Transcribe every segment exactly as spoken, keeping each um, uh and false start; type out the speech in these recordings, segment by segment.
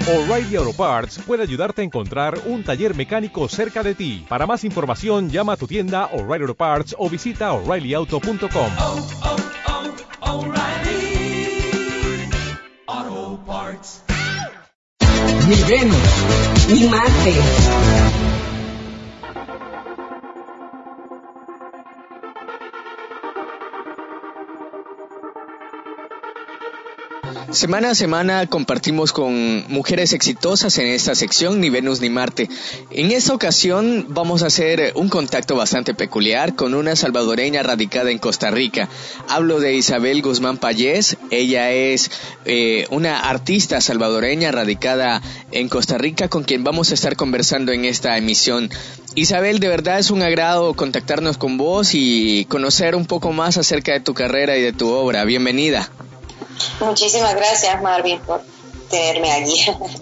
O'Reilly Auto Parts puede ayudarte a encontrar un taller mecánico cerca de ti. Para más información, llama a tu tienda O'Reilly Auto Parts o visita O'Reilly Auto punto com. Oh, oh, oh, O'Reilly Auto Parts. Ni Venus, ni Marte. Semana a semana compartimos con mujeres exitosas en esta sección Ni Venus ni Marte. En esta ocasión vamos a hacer un contacto bastante peculiar con una salvadoreña radicada en Costa Rica. Hablo de Isabel Guzmán Payés. Ella es eh, una artista salvadoreña radicada en Costa Rica con quien vamos a estar conversando en esta emisión. Isabel, de verdad es un agrado contactarnos con vos y conocer un poco más acerca de tu carrera y de tu obra. Bienvenida. Muchísimas gracias, Marvin, por tenerme allí.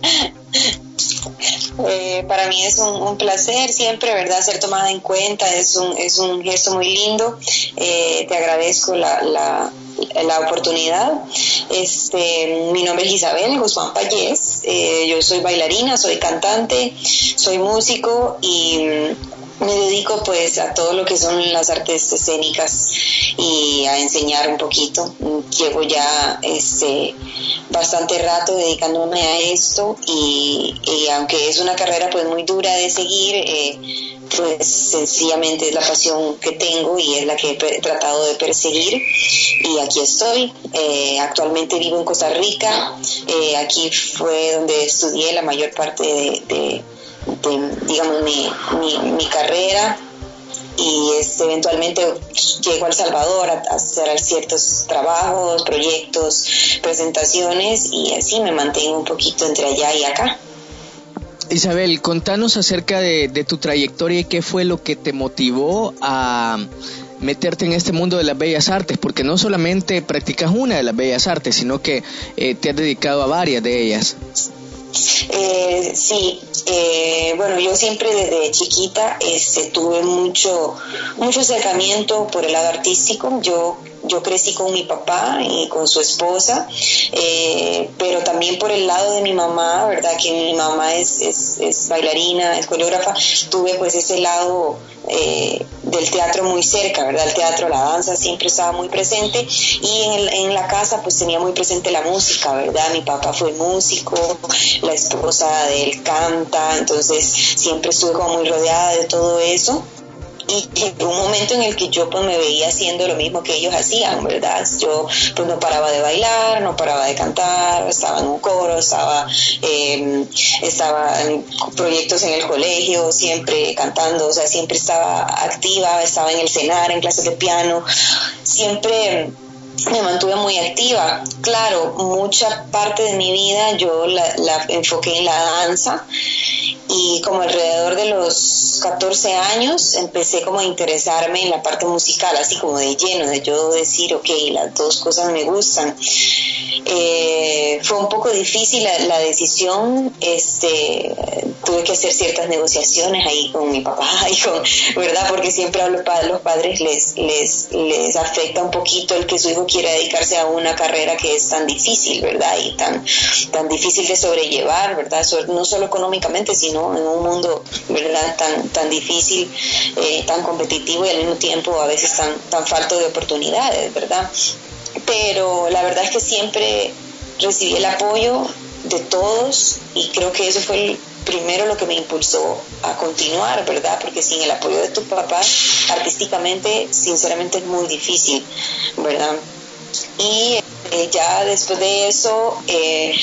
eh, para mí es un, un placer siempre, ¿verdad?, ser tomada en cuenta. Es un, es un gesto muy lindo. Eh, te agradezco la, la, la oportunidad. Este, mi nombre es Isabel Guzmán Payés. Eh, yo soy bailarina, soy cantante, soy músico y me dedico pues a todo lo que son las artes escénicas y a enseñar un poquito. Llevo ya este bastante rato dedicándome a esto y, y aunque es una carrera pues muy dura de seguir, eh, pues sencillamente es la pasión que tengo y es la que he tratado de perseguir y aquí estoy. Eh, actualmente vivo en Costa Rica. Eh, aquí fue donde estudié la mayor parte de, de De, digamos mi, mi, mi carrera y este, eventualmente llego a El Salvador a, a hacer ciertos trabajos, proyectos, presentaciones y así me mantengo un poquito entre allá y acá. Isabel, contanos acerca de, de tu trayectoria y qué fue lo que te motivó a meterte en este mundo de las bellas artes, porque no solamente practicas una de las bellas artes, sino que eh, te has dedicado a varias de ellas. Eh, sí, eh, bueno, yo siempre desde chiquita este, tuve mucho mucho acercamiento por el lado artístico. Yo yo crecí con mi papá y con su esposa, eh, pero también por el lado de mi mamá, verdad que mi mamá es es, es bailarina, es coreógrafa. Tuve pues ese lado eh, del teatro muy cerca, verdad, el teatro, la danza siempre estaba muy presente y en, el, en la casa pues tenía muy presente la música, verdad. Mi papá fue músico, la esposa de él canta, entonces siempre estuve como muy rodeada de todo eso. Y llegó un momento en el que yo pues me veía haciendo lo mismo que ellos hacían, ¿verdad? Yo pues no paraba de bailar, no paraba de cantar, estaba en un coro, estaba, eh, estaba en proyectos en el colegio, siempre cantando, o sea, siempre estaba activa, estaba en el cenar, en clases de piano, siempre me mantuve muy activa. Claro, mucha parte de mi vida yo la, la enfoqué en la danza y como alrededor de los catorce años empecé como a interesarme en la parte musical, así como de lleno, de yo decir, ok, las dos cosas me gustan. Eh, fue un poco difícil la, la decisión, este, tuve que hacer ciertas negociaciones ahí con mi papá y con, ¿verdad? Porque siempre a los padres, los padres les, les, les afecta un poquito el que su hijo quiera dedicarse a una carrera que es tan difícil, ¿verdad? Y tan, tan difícil de sobrellevar, ¿verdad? No solo económicamente, sino en un mundo, ¿verdad?, tan, tan difícil, eh, tan competitivo y al mismo tiempo a veces tan, tan falto de oportunidades, ¿verdad? Pero la verdad es que siempre recibí el apoyo de todos y creo que eso fue el primero lo que me impulsó a continuar, ¿verdad? Porque sin el apoyo de tu papá artísticamente sinceramente es muy difícil, ¿verdad? Y eh, ya después de eso eh,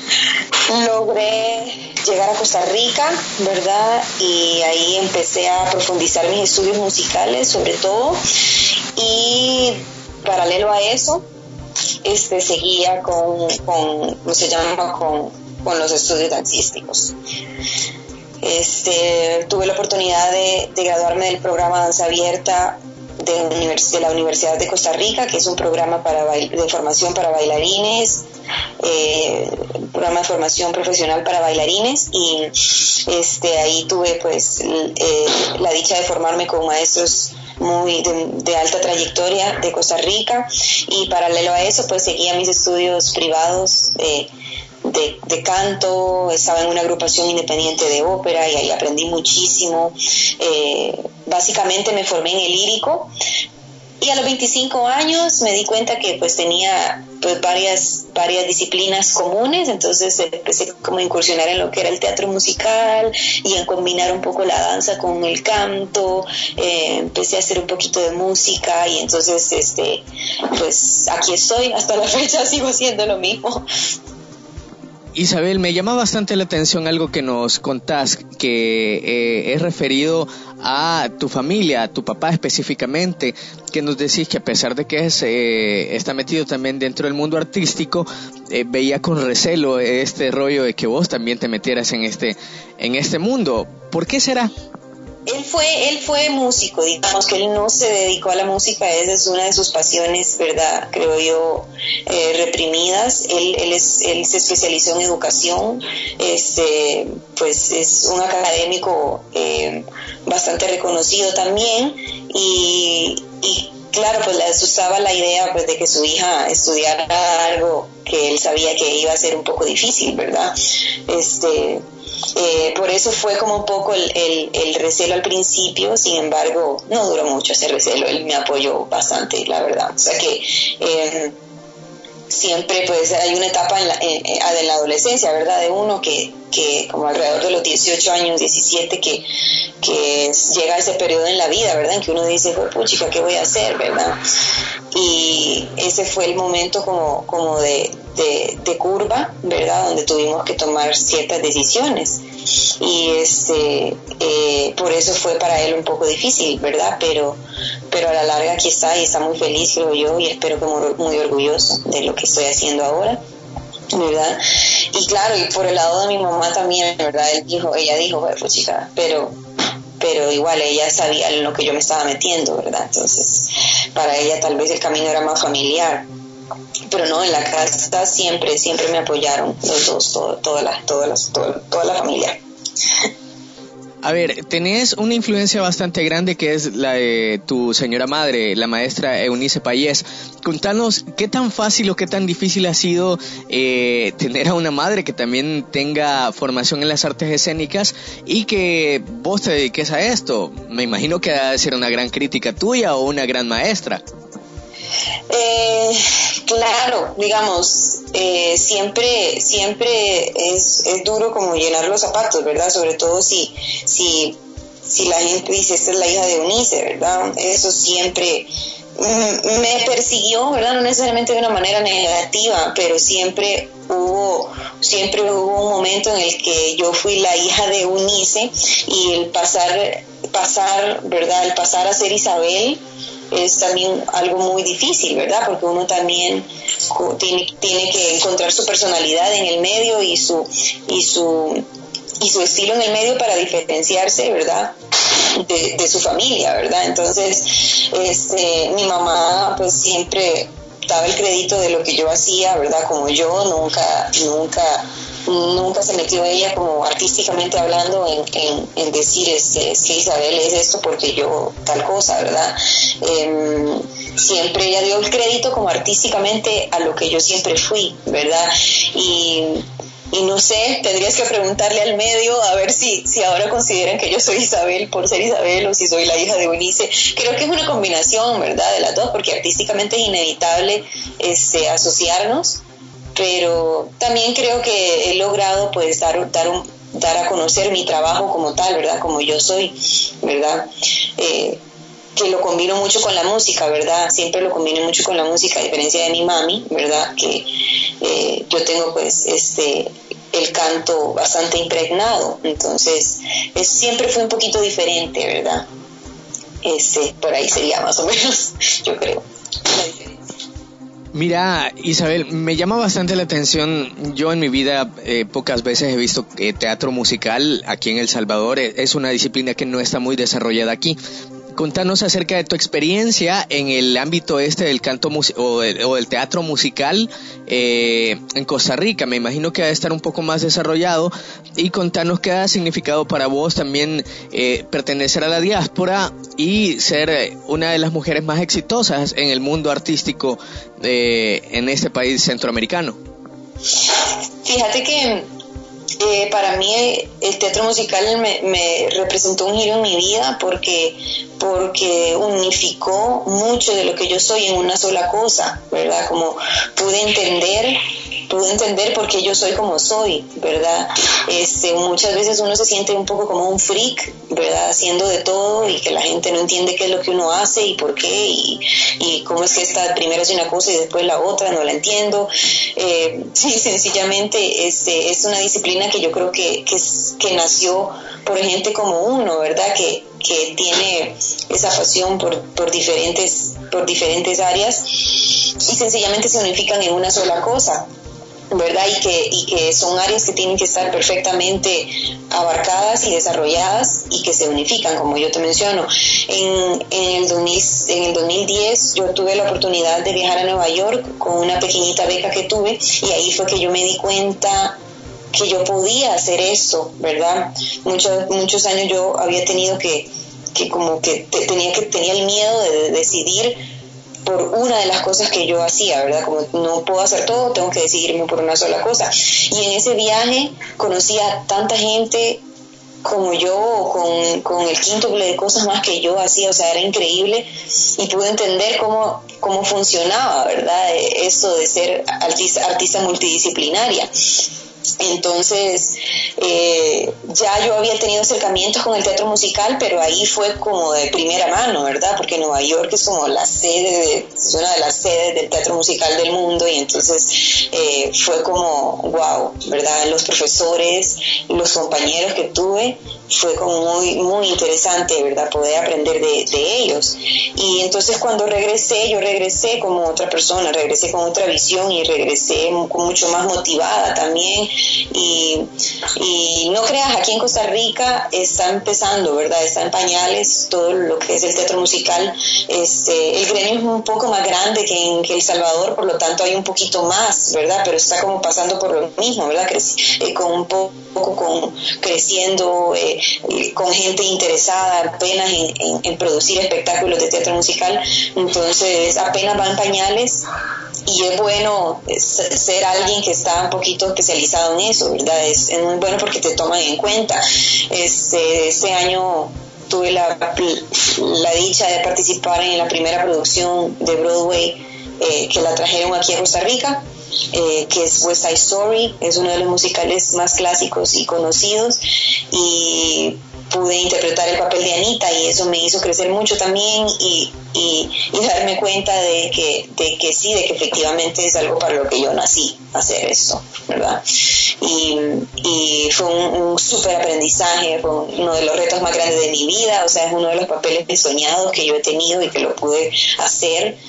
logré llegar a Costa Rica, ¿verdad? Y ahí empecé a profundizar mis estudios musicales sobre todo y paralelo a eso este seguía con, con ¿cómo se llama? con, con los estudios dancísticos. Este, tuve la oportunidad de, de graduarme del programa Danza Abierta de, univers- de la Universidad de Costa Rica, que es un programa para bail- de formación para bailarines, eh, programa de formación profesional para bailarines, y este, ahí tuve pues eh, la dicha de formarme con maestros muy de, de alta trayectoria de Costa Rica, y paralelo a eso pues seguía mis estudios privados eh, de, de canto, estaba en una agrupación independiente de ópera y ahí aprendí muchísimo. Eh, básicamente me formé en el lírico. Y a los veinticinco años me di cuenta que pues tenía pues varias varias disciplinas comunes, entonces empecé como a incursionar en lo que era el teatro musical y a combinar un poco la danza con el canto. Eh, empecé a hacer un poquito de música y entonces este pues aquí estoy, hasta la fecha sigo haciendo lo mismo. Isabel, me llama bastante la atención algo que nos contás, que eh, es referido a tu familia, a tu papá específicamente, que nos decís que a pesar de que es, eh, está metido también dentro del mundo artístico, eh, veía con recelo este rollo de que vos también te metieras en este, en este mundo. ¿Por qué será? Él fue, él fue músico, digamos que él no se dedicó a la música, esa es una de sus pasiones, ¿verdad? Creo yo, eh, reprimidas. Él, él, es, él se especializó en educación, este, pues es un académico eh, bastante reconocido también y, y claro, pues le asustaba la idea pues de que su hija estudiara algo que él sabía que iba a ser un poco difícil, ¿verdad? Este... Eh, por eso fue como un poco el, el, el recelo al principio, sin embargo no duró mucho ese recelo, él me apoyó bastante, la verdad. O sea que eh, siempre pues hay una etapa en la, en, en la adolescencia, ¿verdad? De uno que, que como alrededor de los dieciocho años, diecisiete, que, que llega ese periodo en la vida, ¿verdad? En que uno dice, puchica, ¿qué voy a hacer, verdad? Y ese fue el momento como, como de, de, de curva, ¿verdad? Donde tuvimos que tomar ciertas decisiones. Y este eh, por eso fue para él un poco difícil, ¿verdad? Pero, pero a la larga aquí está y está muy feliz, creo yo, y espero que muy, muy orgulloso de lo que estoy haciendo ahora, ¿verdad? Y claro, y por el lado de mi mamá también, ¿verdad? Él dijo, ella dijo, pues chica, pero... pero igual ella sabía en lo que yo me estaba metiendo, ¿verdad? Entonces, para ella tal vez el camino era más familiar. Pero no, en la casa siempre, siempre me apoyaron los dos, todo, toda, la, toda, la, toda, toda la familia. A ver, tenés una influencia bastante grande que es la de tu señora madre, la maestra Eunice Payés. Contanos qué tan fácil o qué tan difícil ha sido eh, tener a una madre que también tenga formación en las artes escénicas y que vos te dediques a esto. Me imagino que ha de ser una gran crítica tuya o una gran maestra. Eh, claro, digamos, eh, siempre siempre es, es duro como llenar los zapatos, ¿verdad? Sobre todo si, si, si la gente dice, esta es la hija de Eunice, ¿verdad? Eso siempre mm, me persiguió, ¿verdad? No necesariamente de una manera negativa, pero siempre hubo, siempre hubo un momento en el que yo fui la hija de Eunice y el pasar, pasar, ¿verdad? El pasar a ser Isabel es también algo muy difícil, ¿verdad? Porque uno también tiene, tiene que encontrar su personalidad en el medio y su y su y su estilo en el medio para diferenciarse, ¿verdad? De, de su familia, ¿verdad? Entonces, este, mi mamá pues siempre daba el crédito de lo que yo hacía, ¿verdad? Como yo, nunca, nunca nunca se metió ella como artísticamente hablando en, en, en decir este, es que Isabel es esto porque yo tal cosa, ¿verdad? Eh, siempre ella dio el crédito como artísticamente a lo que yo siempre fui, ¿verdad? Y, y no sé, tendrías que preguntarle al medio a ver si, si ahora consideran que yo soy Isabel por ser Isabel o si soy la hija de Eunice. Creo que es una combinación, ¿verdad? De las dos, porque artísticamente es inevitable este, asociarnos, pero también creo que he logrado pues dar, dar, un, dar a conocer mi trabajo como tal, ¿verdad? Como yo soy, ¿verdad? Eh, que lo combino mucho con la música, ¿verdad? Siempre lo combino mucho con la música, a diferencia de mi mami, ¿verdad? Que eh, yo tengo pues este el canto bastante impregnado, entonces es, siempre fue un poquito diferente, ¿verdad? Este, por ahí sería más o menos, yo creo, la diferencia. Mira, Isabel, me llama bastante la atención. Yo en mi vida eh, pocas veces he visto eh, teatro musical aquí en El Salvador. Es una disciplina que no está muy desarrollada aquí. Contanos acerca de tu experiencia en el ámbito este del canto mus- o, del, o del teatro musical eh, en Costa Rica. Me imagino que va a estar un poco más desarrollado. Y contanos qué ha significado para vos también eh, pertenecer a la diáspora y ser una de las mujeres más exitosas en el mundo artístico eh, en este país centroamericano. Fíjate que eh, para mí el teatro musical me, me representó un giro en mi vida porque, porque unificó mucho de lo que yo soy en una sola cosa, ¿verdad? Como pude entender pude entender por qué yo soy como soy, ¿verdad? Este, muchas veces uno se siente un poco como un freak, ¿verdad? Haciendo de todo y que la gente no entiende qué es lo que uno hace y por qué y, y cómo es que esta primero hace una cosa y después la otra, no la entiendo. Eh, sí, sencillamente este, es una disciplina que yo creo que, que, que nació por gente como uno, ¿verdad? Que, que tiene esa pasión por, por diferentes, por diferentes áreas y sencillamente se unifican en una sola cosa, ¿verdad? Y que, y que son áreas que tienen que estar perfectamente abarcadas y desarrolladas y que se unifican, como yo te menciono. En, en, el, dos mil, en el dos mil diez yo tuve la oportunidad de viajar a Nueva York con una pequeñita beca que tuve y ahí fue que yo me di cuenta que yo podía hacer eso, ¿verdad? Muchos, muchos años yo había tenido que, que como que te, tenía que tenía el miedo de, de decidir por una de las cosas que yo hacía, ¿verdad? Como no puedo hacer todo, tengo que decidirme por una sola cosa. Y en ese viaje conocí a tanta gente como yo, con, con el quíntuple de cosas más que yo hacía, o sea, era increíble y pude entender cómo, cómo funcionaba, ¿verdad? Eso de ser artista, artista multidisciplinaria. Entonces eh, ya yo había tenido acercamientos con el teatro musical, pero ahí fue como de primera mano, ¿verdad? Porque Nueva York es como la sede de, es una de las sedes del teatro musical del mundo y entonces eh, fue como wow, ¿verdad? Los profesores, los compañeros que tuve, fue como muy muy interesante, ¿verdad? Poder aprender de, de ellos. Y entonces cuando regresé, yo regresé como otra persona, regresé con otra visión y regresé con mucho más motivada también. Y, y no creas, aquí en Costa Rica está empezando, ¿verdad? Está en pañales todo lo que es el teatro musical. Este, el gremio es un poco más grande que en que El Salvador, por lo tanto hay un poquito más, ¿verdad? Pero está como pasando por lo mismo, ¿verdad? Creci- eh, con un poco con creciendo, eh, con gente interesada apenas en, en, en producir espectáculos de teatro musical. Entonces apenas va en pañales y es bueno ser alguien que está un poquito especializado en eso, ¿verdad? Es, es muy bueno porque te toman en cuenta. Este, este año tuve la, la dicha de participar en la primera producción de Broadway eh, que la trajeron aquí a Costa Rica, eh, que es West Side Story, es uno de los musicales más clásicos y conocidos, y pude interpretar el papel de Anita y eso me hizo crecer mucho también y, y, y darme cuenta de que, de que sí, de que efectivamente es algo para lo que yo nací, hacer eso, ¿verdad? Y, y fue un, un súper aprendizaje, fue uno de los retos más grandes de mi vida, o sea, es uno de los papeles soñados que yo he tenido y que lo pude hacer.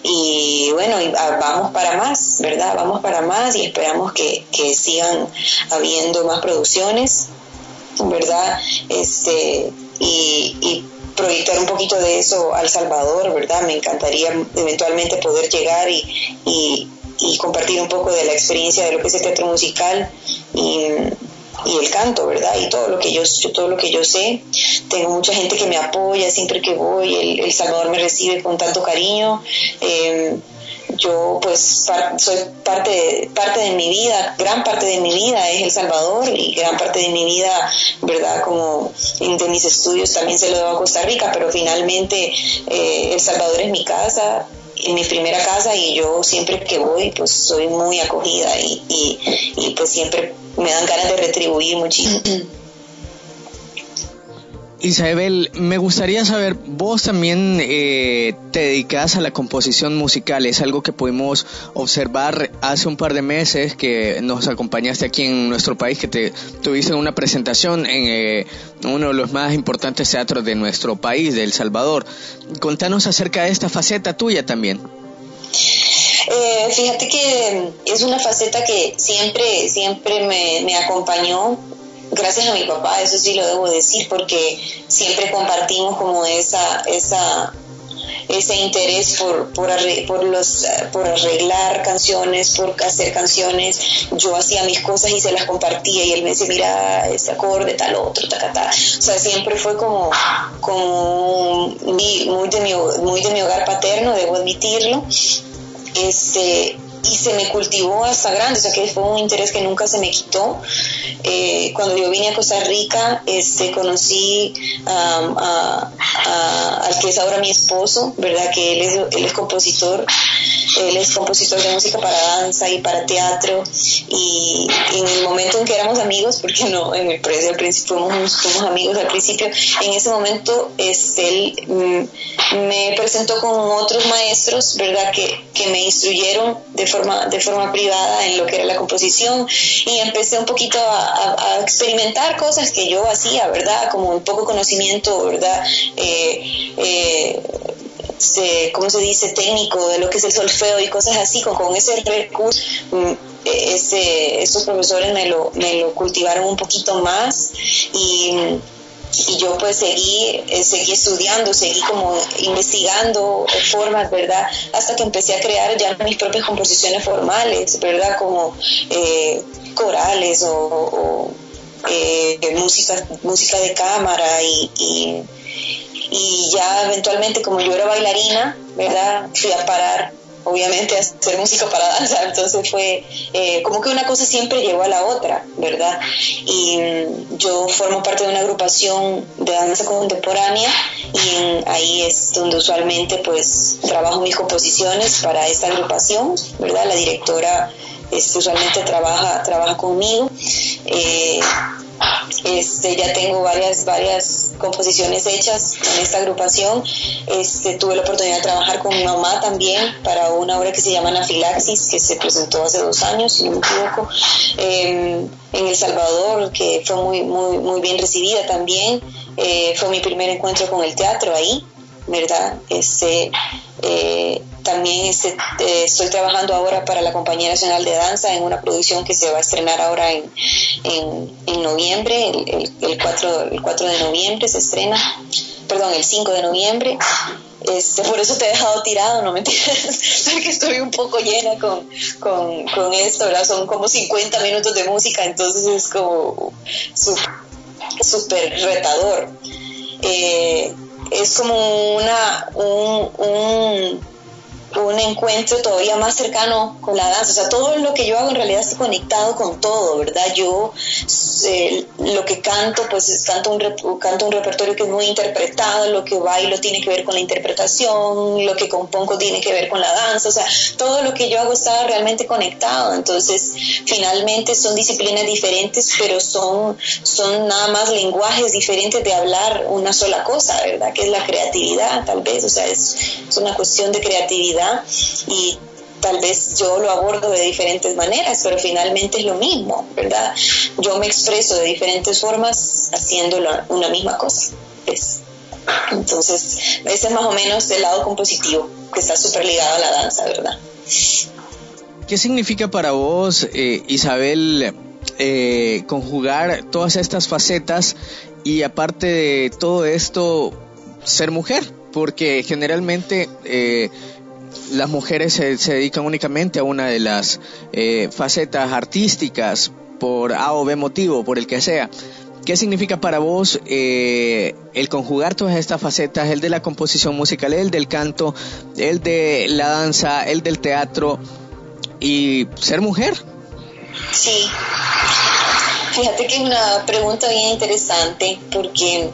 Y bueno, y vamos para más, ¿verdad? Vamos para más y esperamos que, que sigan habiendo más producciones, ¿verdad? Este, y, y proyectar un poquito de eso al Salvador, ¿verdad? Me encantaría eventualmente poder llegar y, y, y compartir un poco de la experiencia de lo que es el teatro musical y, y el canto, ¿verdad? Y todo lo que yo, todo lo que yo sé. Tengo mucha gente que me apoya siempre que voy. El, el Salvador me recibe con tanto cariño. Eh, yo pues par, soy parte de, parte de mi vida, gran parte de mi vida es El Salvador y gran parte de mi vida, ¿verdad? Como de mis estudios también se lo debo a Costa Rica, pero finalmente eh, El Salvador es mi casa, en mi primera casa, y yo siempre que voy pues soy muy acogida y, y, y pues siempre me dan ganas de retribuir muchísimo. Isabel, me gustaría saber, vos también eh, te dedicas a la composición musical, es algo que pudimos observar hace un par de meses que nos acompañaste aquí en nuestro país, que te tuviste una presentación en eh, uno de los más importantes teatros de nuestro país, de El Salvador. Contanos acerca de esta faceta tuya también. Eh, fíjate que es una faceta que siempre, siempre me, me acompañó. Gracias a mi papá, eso sí lo debo decir, porque siempre compartimos como esa esa ese interés por por, arre, por los por arreglar canciones, por hacer canciones. Yo hacía mis cosas y se las compartía y él me decía, mira, este acorde, tal otro, tacatá. O sea, siempre fue como como muy de mi muy de mi hogar paterno, debo admitirlo. Este y se me cultivó hasta grande, o sea que fue un interés que nunca se me quitó. Eh, cuando yo vine a Costa Rica, este, conocí um, a, a, al que es ahora mi esposo, ¿verdad? Que él es, él es compositor, él es compositor de música para danza y para teatro, y, y en el momento en que éramos amigos, porque no, en el, al principio fuimos, fuimos amigos al principio, en ese momento este, él mm, me presentó con otros maestros, ¿verdad? Que, que me instruyeron de forma, de forma privada en lo que era la composición, y empecé un poquito a, a, a experimentar cosas que yo hacía, ¿verdad? Como un poco conocimiento, ¿verdad? Eh, eh, se, ¿cómo se dice? Técnico de lo que es el solfeo y cosas así, con, con ese recurso. Ese, esos profesores me lo, me lo cultivaron un poquito más, y y yo pues seguí, eh, seguí estudiando, seguí como investigando formas, ¿verdad? Hasta que empecé a crear ya mis propias composiciones formales, ¿verdad? Como eh, corales o, o eh, música, música de cámara, y, y, y ya eventualmente, como yo era bailarina, ¿verdad? Fui a parar obviamente a hacer música para danza, entonces fue eh, como que una cosa siempre llevó a la otra, ¿verdad? Y mm, yo formo parte de una agrupación de danza contemporánea, y ahí es donde usualmente pues trabajo mis composiciones para esta agrupación, ¿verdad? La directora este, usualmente trabaja, trabaja conmigo. Eh, Este, ya tengo varias varias composiciones hechas en esta agrupación. Este, tuve la oportunidad de trabajar con mi mamá también para una obra que se llama Anafilaxis, que se presentó hace dos años, si no me equivoco, eh, en El Salvador, que fue muy muy muy bien recibida también. Eh, fue mi primer encuentro con el teatro ahí, ¿verdad? Este, eh, también este, eh, estoy trabajando ahora para la Compañía Nacional de Danza en una producción que se va a estrenar ahora en, en, en noviembre, el, el, el, cuatro, el cuatro de noviembre se estrena, perdón, el cinco de noviembre. Este, por eso te he dejado tirado, no me entiendes, porque estoy un poco llena con, con, con esto, ¿verdad? Son como cincuenta minutos de música, entonces es como súper retador. Eh, es como una un, un, un encuentro todavía más cercano con la danza, o sea, todo lo que yo hago en realidad está conectado con todo, ¿verdad? Yo eh, lo que canto, pues es, canto, un rep, canto un repertorio que es muy interpretado, lo que bailo tiene que ver con la interpretación, lo que compongo tiene que ver con la danza, o sea, todo lo que yo hago está realmente conectado, entonces finalmente son disciplinas diferentes, pero son, son nada más lenguajes diferentes de hablar una sola cosa, ¿verdad? Que es la creatividad, tal vez, o sea, es, es una cuestión de creatividad, y tal vez yo lo abordo de diferentes maneras, pero finalmente es lo mismo, ¿verdad? Yo me expreso de diferentes formas haciendo la, una misma cosa, ¿ves? Entonces, ese es más o menos el lado compositivo, que está súper ligado a la danza, ¿verdad? ¿Qué significa para vos, eh, Isabel, eh, conjugar todas estas facetas y aparte de todo esto, ser mujer? Porque generalmente eh, las mujeres se, se dedican únicamente a una de las eh, facetas artísticas por A o B motivo, por el que sea. ¿Qué significa para vos eh, el conjugar todas estas facetas, el de la composición musical, el del canto, el de la danza, el del teatro y ser mujer? Sí, fíjate que es una pregunta bien interesante, porque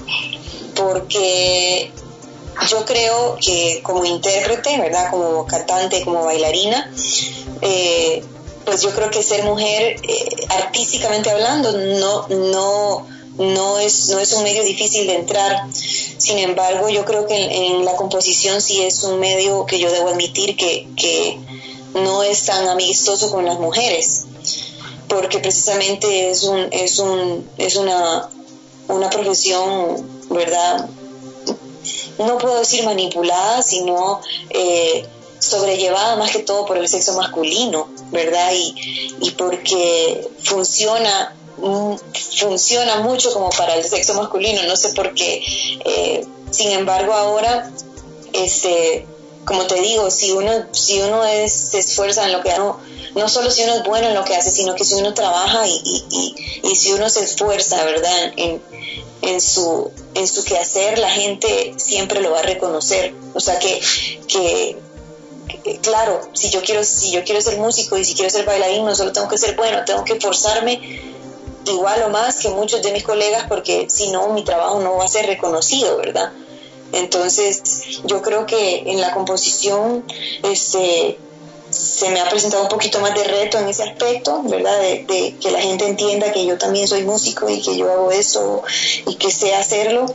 porque yo creo que como intérprete, ¿verdad? Como cantante, como bailarina, eh, pues yo creo que ser mujer, eh, artísticamente hablando, no, no, no es, no es un medio difícil de entrar. Sin embargo, yo creo que en, en la composición sí es un medio que yo debo admitir que, que no es tan amistoso con las mujeres, porque precisamente es un, es un, es una, una profesión, ¿verdad? No puedo decir manipulada, sino eh, sobrellevada más que todo por el sexo masculino, ¿verdad? Y, y porque funciona, mm, funciona mucho como para el sexo masculino, no sé por qué. Eh, sin embargo, ahora, este, como te digo, si uno, si uno es, se esfuerza en lo que hace, no, no solo si uno es bueno en lo que hace, sino que si uno trabaja y, y, y, y si uno se esfuerza, ¿verdad? En, en su en su quehacer, la gente siempre lo va a reconocer, o sea que que claro, si yo quiero, si yo quiero ser músico y si quiero ser bailarín, no solo tengo que ser bueno, tengo que esforzarme igual o más que muchos de mis colegas, porque si no, mi trabajo no va a ser reconocido, ¿verdad? Entonces, yo creo que en la composición, este, se me ha presentado un poquito más de reto en ese aspecto, ¿verdad? De, de que la gente entienda que yo también soy músico y que yo hago eso y que sé hacerlo,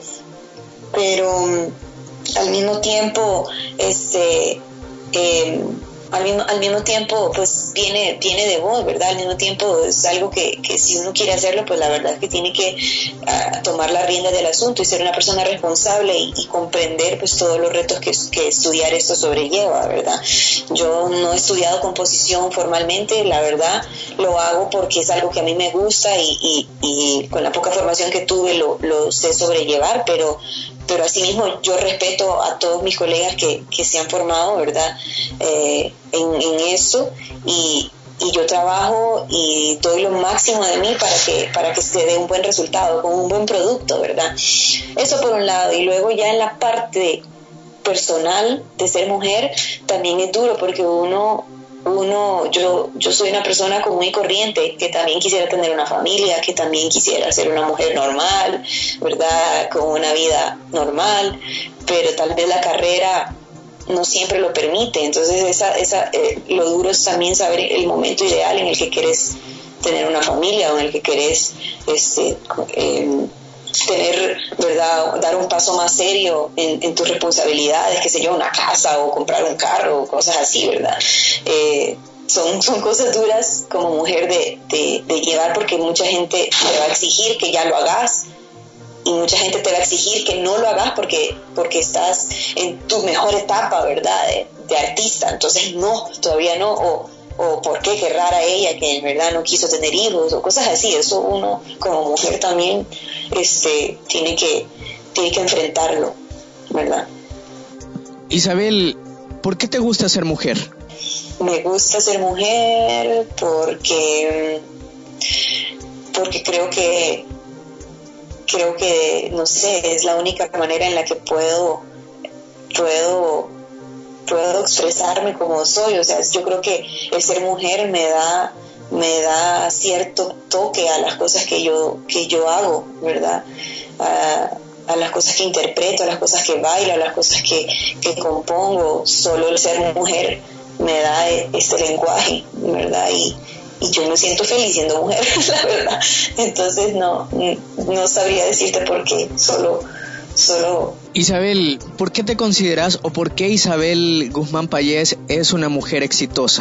pero um, al mismo tiempo, este, eh, al mismo, al mismo tiempo, pues viene, viene de vos, ¿verdad? Al mismo tiempo es algo que, que si uno quiere hacerlo, pues la verdad es que tiene que uh, tomar la rienda del asunto y ser una persona responsable y, y comprender pues todos los retos que, que estudiar esto sobrelleva, ¿verdad? Yo no he estudiado composición formalmente, la verdad, lo hago porque es algo que a mí me gusta y, y, y con la poca formación que tuve lo, lo sé sobrellevar, pero pero asimismo yo respeto a todos mis colegas que, que se han formado, ¿verdad? Eh, en, en eso y, y yo trabajo y doy lo máximo de mí para que, para que se dé un buen resultado, con un buen producto, ¿verdad? Eso por un lado. Y luego ya en la parte personal de ser mujer también es duro porque uno... uno yo yo soy una persona común y corriente que también quisiera tener una familia, que también quisiera ser una mujer normal, ¿verdad? Con una vida normal, pero tal vez la carrera no siempre lo permite. Entonces esa esa eh, lo duro es también saber el momento ideal en el que querés tener una familia o en el que querés este eh, tener, ¿verdad? Dar un paso más serio en, en tus responsabilidades, qué sé yo, una casa o comprar un carro o cosas así, ¿verdad? Eh, son, son cosas duras como mujer de, de, de llevar porque mucha gente te va a exigir que ya lo hagas y mucha gente te va a exigir que no lo hagas porque, porque estás en tu mejor etapa, ¿verdad? De, de artista, entonces no, todavía no, o o por qué querrá a ella que en verdad no quiso tener hijos o cosas así. Eso uno como mujer también este tiene que tiene que enfrentarlo, ¿verdad? Isabel, ¿por qué te gusta ser mujer? Me gusta ser mujer porque porque creo que creo que no sé, es la única manera en la que puedo puedo puedo expresarme como soy. O sea, yo creo que el ser mujer me da me da cierto toque a las cosas que yo que yo hago, ¿verdad? A, a las cosas que interpreto, a las cosas que bailo, a las cosas que, que compongo. Solo el ser mujer me da este lenguaje, ¿verdad? Y, y yo me siento feliz siendo mujer, la verdad. Entonces no, no sabría decirte por qué, solo Solo... Isabel, ¿por qué te consideras o por qué Isabel Guzmán Payés es una mujer exitosa?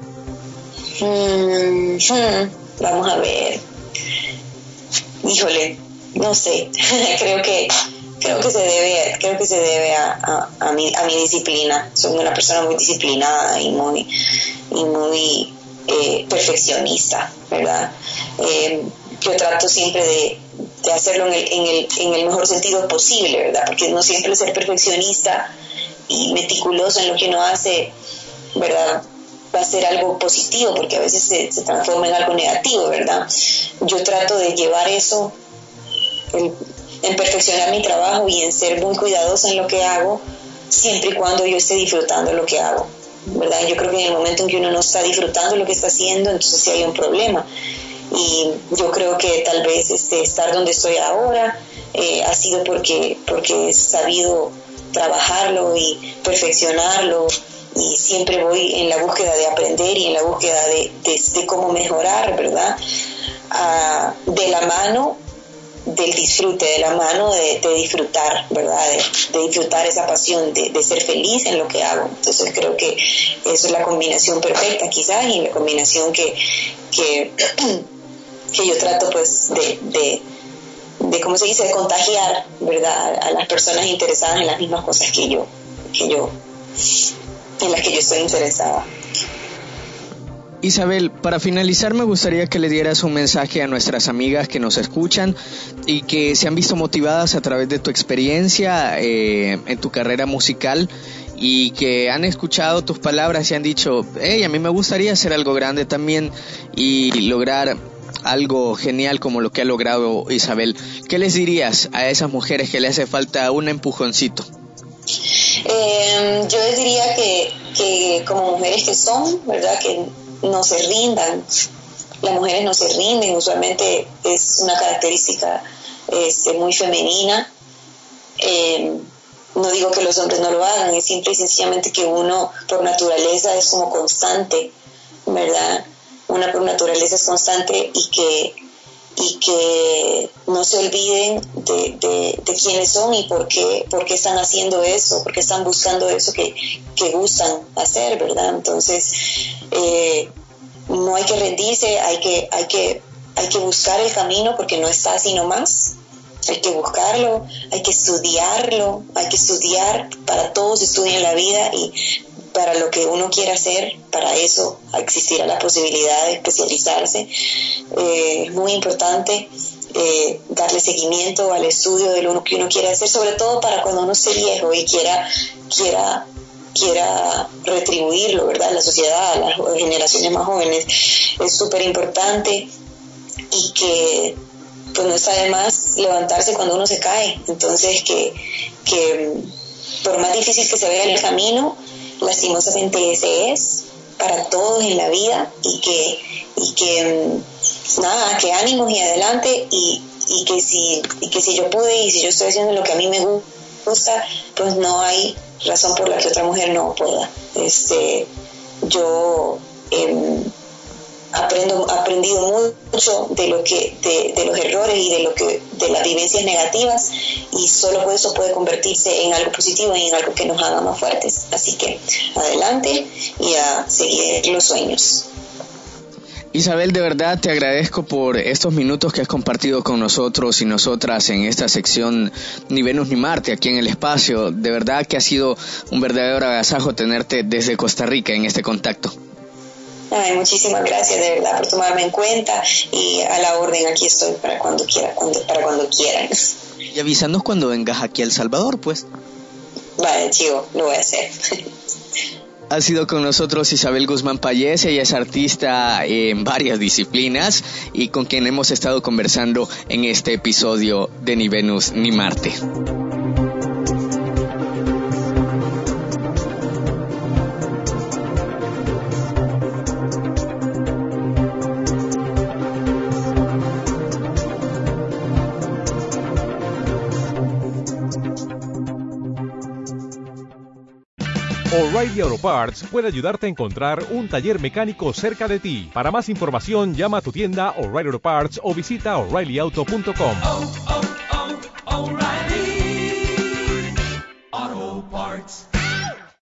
Hmm, hmm, vamos a ver. Híjole, no sé. creo que creo que se debe creo que se debe a, a, a mi a mi disciplina. Soy una persona muy disciplinada y muy y muy eh, perfeccionista, ¿verdad? Eh, yo trato siempre de de hacerlo en el, en el en el mejor sentido posible, ¿verdad? Porque no siempre ser perfeccionista y meticuloso en lo que uno hace, ¿verdad?, va a ser algo positivo, porque a veces se, se transforma en algo negativo, ¿verdad? Yo trato de llevar eso, el, en perfeccionar mi trabajo y en ser muy cuidadosa en lo que hago, siempre y cuando yo esté disfrutando lo que hago, ¿verdad? Yo creo que en el momento en que uno no está disfrutando lo que está haciendo, entonces sí hay un problema. Y yo creo que tal vez este, estar donde estoy ahora eh, ha sido porque, porque he sabido trabajarlo y perfeccionarlo, y siempre voy en la búsqueda de aprender y en la búsqueda de, de, de cómo mejorar, ¿verdad? Ah, de la mano del disfrute, de la mano de, de disfrutar, ¿verdad? De, de disfrutar esa pasión, de, de ser feliz en lo que hago. Entonces creo que eso es la combinación perfecta quizás, y la combinación que, que que yo trato pues de, de, de ¿cómo se dice?, de contagiar, ¿verdad?, a las personas interesadas en las mismas cosas que yo, que yo, en las que yo estoy interesada. Isabel, para finalizar me gustaría que le dieras un mensaje a nuestras amigas que nos escuchan y que se han visto motivadas a través de tu experiencia eh, en tu carrera musical, y que han escuchado tus palabras y han dicho, hey, a mí me gustaría hacer algo grande también y lograr algo genial como lo que ha logrado Isabel. ¿Qué les dirías a esas mujeres que le hace falta un empujoncito? Eh, yo les diría que, que como mujeres que son, ¿verdad? Que no se rindan. Las mujeres no se rinden, usualmente es una característica este, muy femenina. Eh, no digo que los hombres no lo hagan, es simple y sencillamente que uno por naturaleza es como constante, ¿verdad? Una por naturaleza es constante y que, y que no se olviden de, de, de quiénes son y por qué, por qué están haciendo eso, por qué están buscando eso que, que gustan hacer, ¿verdad? Entonces, eh, no hay que rendirse, hay que, hay que, hay que buscar el camino porque no está así nomás. Hay que buscarlo, hay que estudiarlo, hay que estudiar, para todos estudian la vida y para lo que uno quiera hacer, para eso existirá la posibilidad de especializarse. Eh, es muy importante eh, darle seguimiento al estudio de lo que uno quiere hacer, sobre todo para cuando uno esté viejo y quiera, quiera, quiera retribuirlo, ¿verdad? La sociedad, las generaciones más jóvenes, es súper importante y que pues no está de más levantarse cuando uno se cae. Entonces que, que por más difícil que se vea el camino, lastimosamente ese es para todos en la vida y que, y que nada, que ánimos y adelante y, y que si, y que si yo pude y si yo estoy haciendo lo que a mí me gusta, pues no hay razón por la que otra mujer no pueda. Este, yo eh, aprendo aprendido mucho de lo que de, de los errores y de lo que de las vivencias negativas y solo por eso puede convertirse en algo positivo y en algo que nos haga más fuertes. Así que adelante y a seguir los sueños. Isabel, de verdad te agradezco por estos minutos que has compartido con nosotros y nosotras en esta sección Ni Venus ni Marte aquí en el espacio. De verdad que ha sido un verdadero agasajo tenerte desde Costa Rica en este contacto. Ay, muchísimas gracias de verdad por tomarme en cuenta y a la orden aquí estoy para cuando quiera, cuando, para cuando quieran. Y avísanos cuando vengas aquí a El Salvador, pues. Vale, chivo, lo voy a hacer. Ha sido con nosotros Isabel Guzmán Payés, ella es artista en varias disciplinas y con quien hemos estado conversando en este episodio de Ni Venus ni Marte. O'Reilly Auto Parts puede ayudarte a encontrar un taller mecánico cerca de ti. Para más información, llama a tu tienda O'Reilly Auto Parts o visita O'Reilly Auto punto com. Oh, oh, oh, O'Reilly Auto Parts.